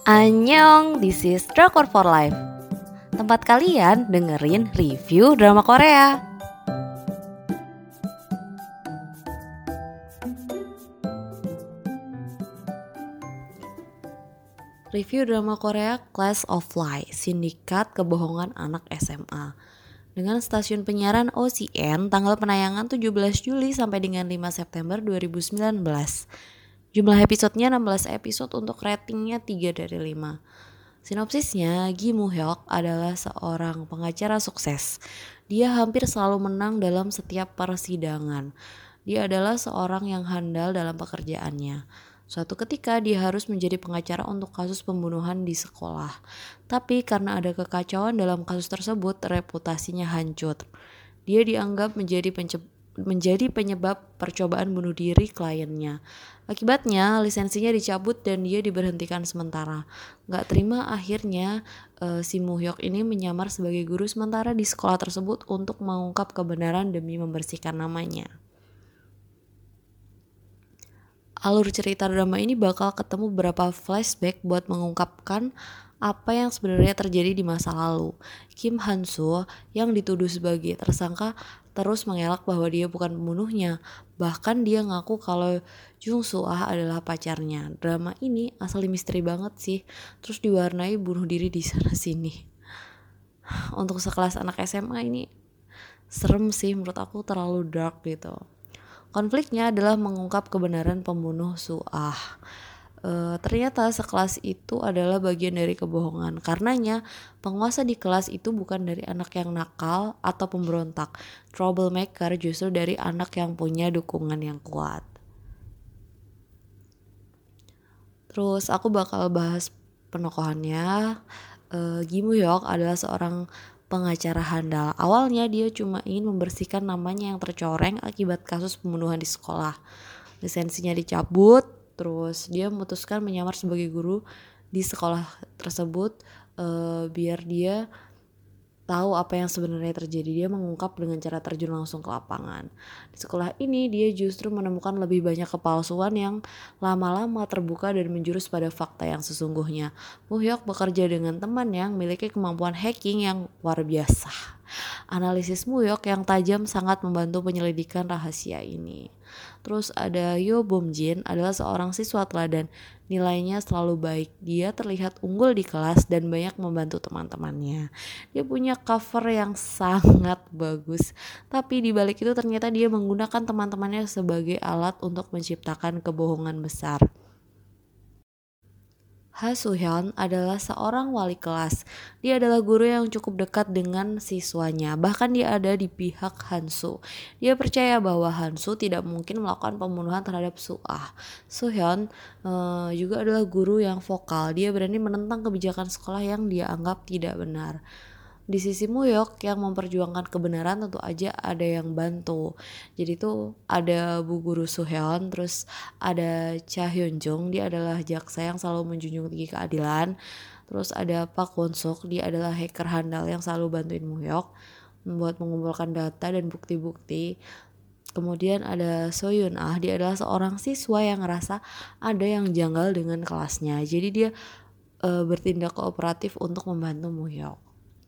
Annyeong, this is Drakor for Life. Tempat kalian dengerin review drama Korea. Review drama Korea Class of Lies, Sindikat Kebohongan Anak SMA. Dengan stasiun penyiaran OCN, tanggal penayangan 17 Juli sampai dengan 5 September 2019. Jumlah episodenya 16 episode untuk ratingnya 3 dari 5. Sinopsisnya, Gi Moo-hyuk adalah seorang pengacara sukses. Dia hampir selalu menang dalam setiap persidangan. Dia adalah seorang yang handal dalam pekerjaannya. Suatu ketika dia harus menjadi pengacara untuk kasus pembunuhan di sekolah. Tapi karena ada kekacauan dalam kasus tersebut, reputasinya hancur. Dia dianggap menjadi penyebab percobaan bunuh diri kliennya. Akibatnya lisensinya dicabut dan dia diberhentikan sementara. Gak terima akhirnya si Moo-hyuk ini menyamar sebagai guru sementara di sekolah tersebut untuk mengungkap kebenaran demi membersihkan namanya. Alur cerita drama ini bakal ketemu beberapa flashback buat mengungkapkan apa yang sebenarnya terjadi di masa lalu. Kim Han-soo yang dituduh sebagai tersangka terus mengelak bahwa dia bukan pembunuhnya. Bahkan dia ngaku kalau Jung Soo-ah adalah pacarnya. Drama ini asli misteri banget sih. Terus diwarnai bunuh diri di sana-sini. Untuk sekelas anak SMA ini serem sih, menurut aku terlalu dark gitu. Konfliknya adalah mengungkap kebenaran pembunuh Soo-ah. Ternyata sekelas itu adalah bagian dari kebohongan. Karenanya penguasa di kelas itu bukan dari anak yang nakal atau pemberontak. Troublemaker justru dari anak yang punya dukungan yang kuat. Terus aku bakal bahas penokohannya. Gi Moo-hyuk adalah seorang pengacara handal. Awalnya dia cuma ingin membersihkan namanya yang tercoreng akibat kasus pembunuhan di sekolah. Lisensinya dicabut, terus dia memutuskan menyamar sebagai guru di sekolah tersebut biar dia tahu apa yang sebenarnya terjadi. Dia mengungkap dengan cara terjun langsung ke lapangan. Di sekolah ini dia justru menemukan lebih banyak kepalsuan yang lama-lama terbuka dan menjurus pada fakta yang sesungguhnya. Moo-hyuk bekerja dengan teman yang memiliki kemampuan hacking yang luar biasa. Analisis Moo-hyuk yang tajam sangat membantu penyelidikan rahasia ini. Terus ada Yo Bom-jin adalah seorang siswa teladan. Nilainya selalu baik. Dia terlihat unggul di kelas dan banyak membantu teman-temannya. Dia punya cover yang sangat bagus. Tapi di balik itu ternyata dia menggunakan teman-temannya sebagai alat untuk menciptakan kebohongan besar. Ha Soo-hyun adalah seorang wali kelas. Dia adalah guru yang cukup dekat dengan siswanya. Bahkan dia ada di pihak Han-soo. Dia percaya bahwa Han-soo tidak mungkin melakukan pembunuhan terhadap Soo-ah. Soo-hyun juga adalah guru yang vokal. Dia berani menentang kebijakan sekolah yang dia anggap tidak benar. Di sisi Moo-hyuk yang memperjuangkan kebenaran tentu aja ada yang bantu. Jadi tuh ada Bu Guru Soo-hyun, terus ada Cha Hyun-jung, dia adalah jaksa yang selalu menjunjung tinggi keadilan. Terus ada Park Won-suk, dia adalah hacker handal yang selalu bantuin Moo-hyuk buat mengumpulkan data dan bukti-bukti. Kemudian ada So Yun-ah, dia adalah seorang siswa yang ngerasa ada yang janggal dengan kelasnya. Jadi dia bertindak kooperatif untuk membantu Moo-hyuk.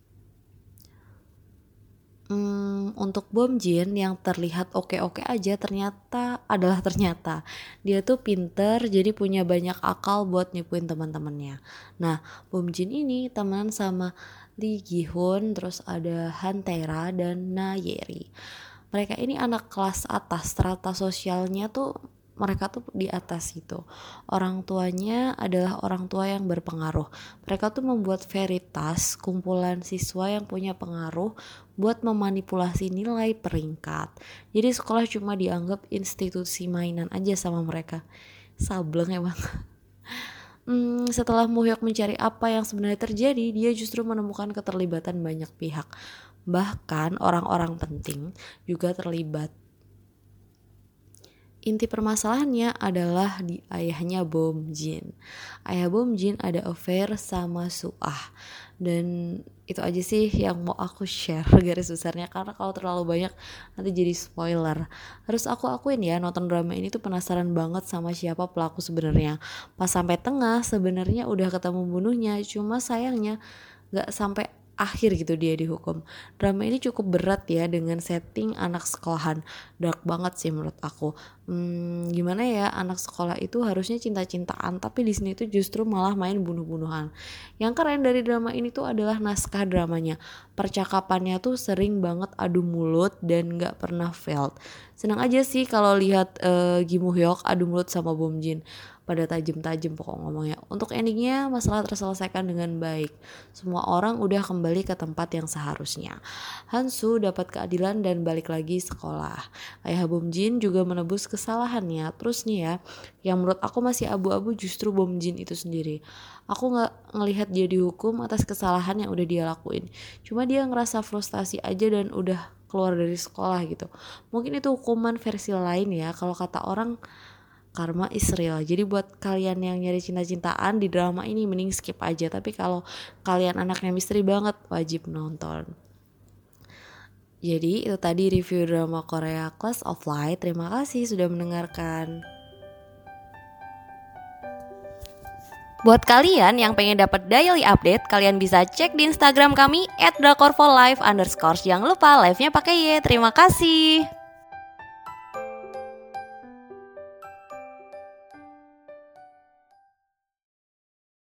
Untuk Bom-jin yang terlihat oke-oke aja ternyata dia tuh pinter, jadi punya banyak akal buat nipuin teman-temannya. Nah, Bom-jin ini teman sama Lee Gi-hun, terus ada Han Tae-ra dan Na Ye-ri. Mereka ini anak kelas atas, strata sosialnya tuh mereka tuh di atas gitu. Orang tuanya adalah orang tua yang berpengaruh. Mereka tuh membuat Veritas, kumpulan siswa yang punya pengaruh buat memanipulasi nilai peringkat. Jadi sekolah cuma dianggap institusi mainan aja sama mereka. Sableng emang. Setelah Moo-hyuk mencari apa yang sebenarnya terjadi, dia justru menemukan keterlibatan banyak pihak. Bahkan orang-orang penting juga terlibat. Inti permasalahannya adalah di ayahnya Bom Jin. Ayah Bom Jin ada affair sama Suah. Dan itu aja sih yang mau aku share garis besarnya, karena kalau terlalu banyak nanti jadi spoiler. Terus aku akuin ya, nonton drama ini tuh penasaran banget sama siapa pelaku sebenarnya. Pas sampai tengah sebenarnya udah ketemu bunuhnya, cuma sayangnya gak sampai akhir gitu dia dihukum. Drama ini cukup berat ya dengan setting anak sekolahan, dark banget sih menurut aku. Gimana ya, anak sekolah itu harusnya cinta-cintaan, tapi di sini tuh justru malah main bunuh-bunuhan. Yang keren dari drama ini tuh adalah naskah dramanya. Percakapannya tuh sering banget adu mulut dan nggak pernah failed. Senang aja sih kalau lihat Gi Moo Hyuk adu mulut sama Bom Jin. Pada tajam-tajam pokok ngomongnya. Untuk endingnya masalah terselesaikan dengan baik. Semua orang udah kembali ke tempat yang seharusnya. Hansu dapat keadilan dan balik lagi sekolah. Ayah Bom Jin juga menebus kesalahannya. Terus nih ya, yang menurut aku masih abu-abu justru Bom Jin itu sendiri. Aku gak ngelihat dia dihukum atas kesalahan yang udah dia lakuin. Cuma dia ngerasa frustasi aja dan udah keluar dari sekolah gitu. Mungkin itu hukuman versi lain ya. Kalau kata orang, karma is real. Jadi buat kalian yang nyari cinta-cintaan di drama ini mending skip aja. Tapi kalau kalian anaknya misteri banget, wajib nonton. Jadi itu tadi review drama Korea Class of Light. Terima kasih sudah mendengarkan. Buat kalian yang pengen dapat daily update, kalian bisa cek di Instagram kami @drakorfolive_. Jangan lupa live-nya pakai Y. Terima kasih.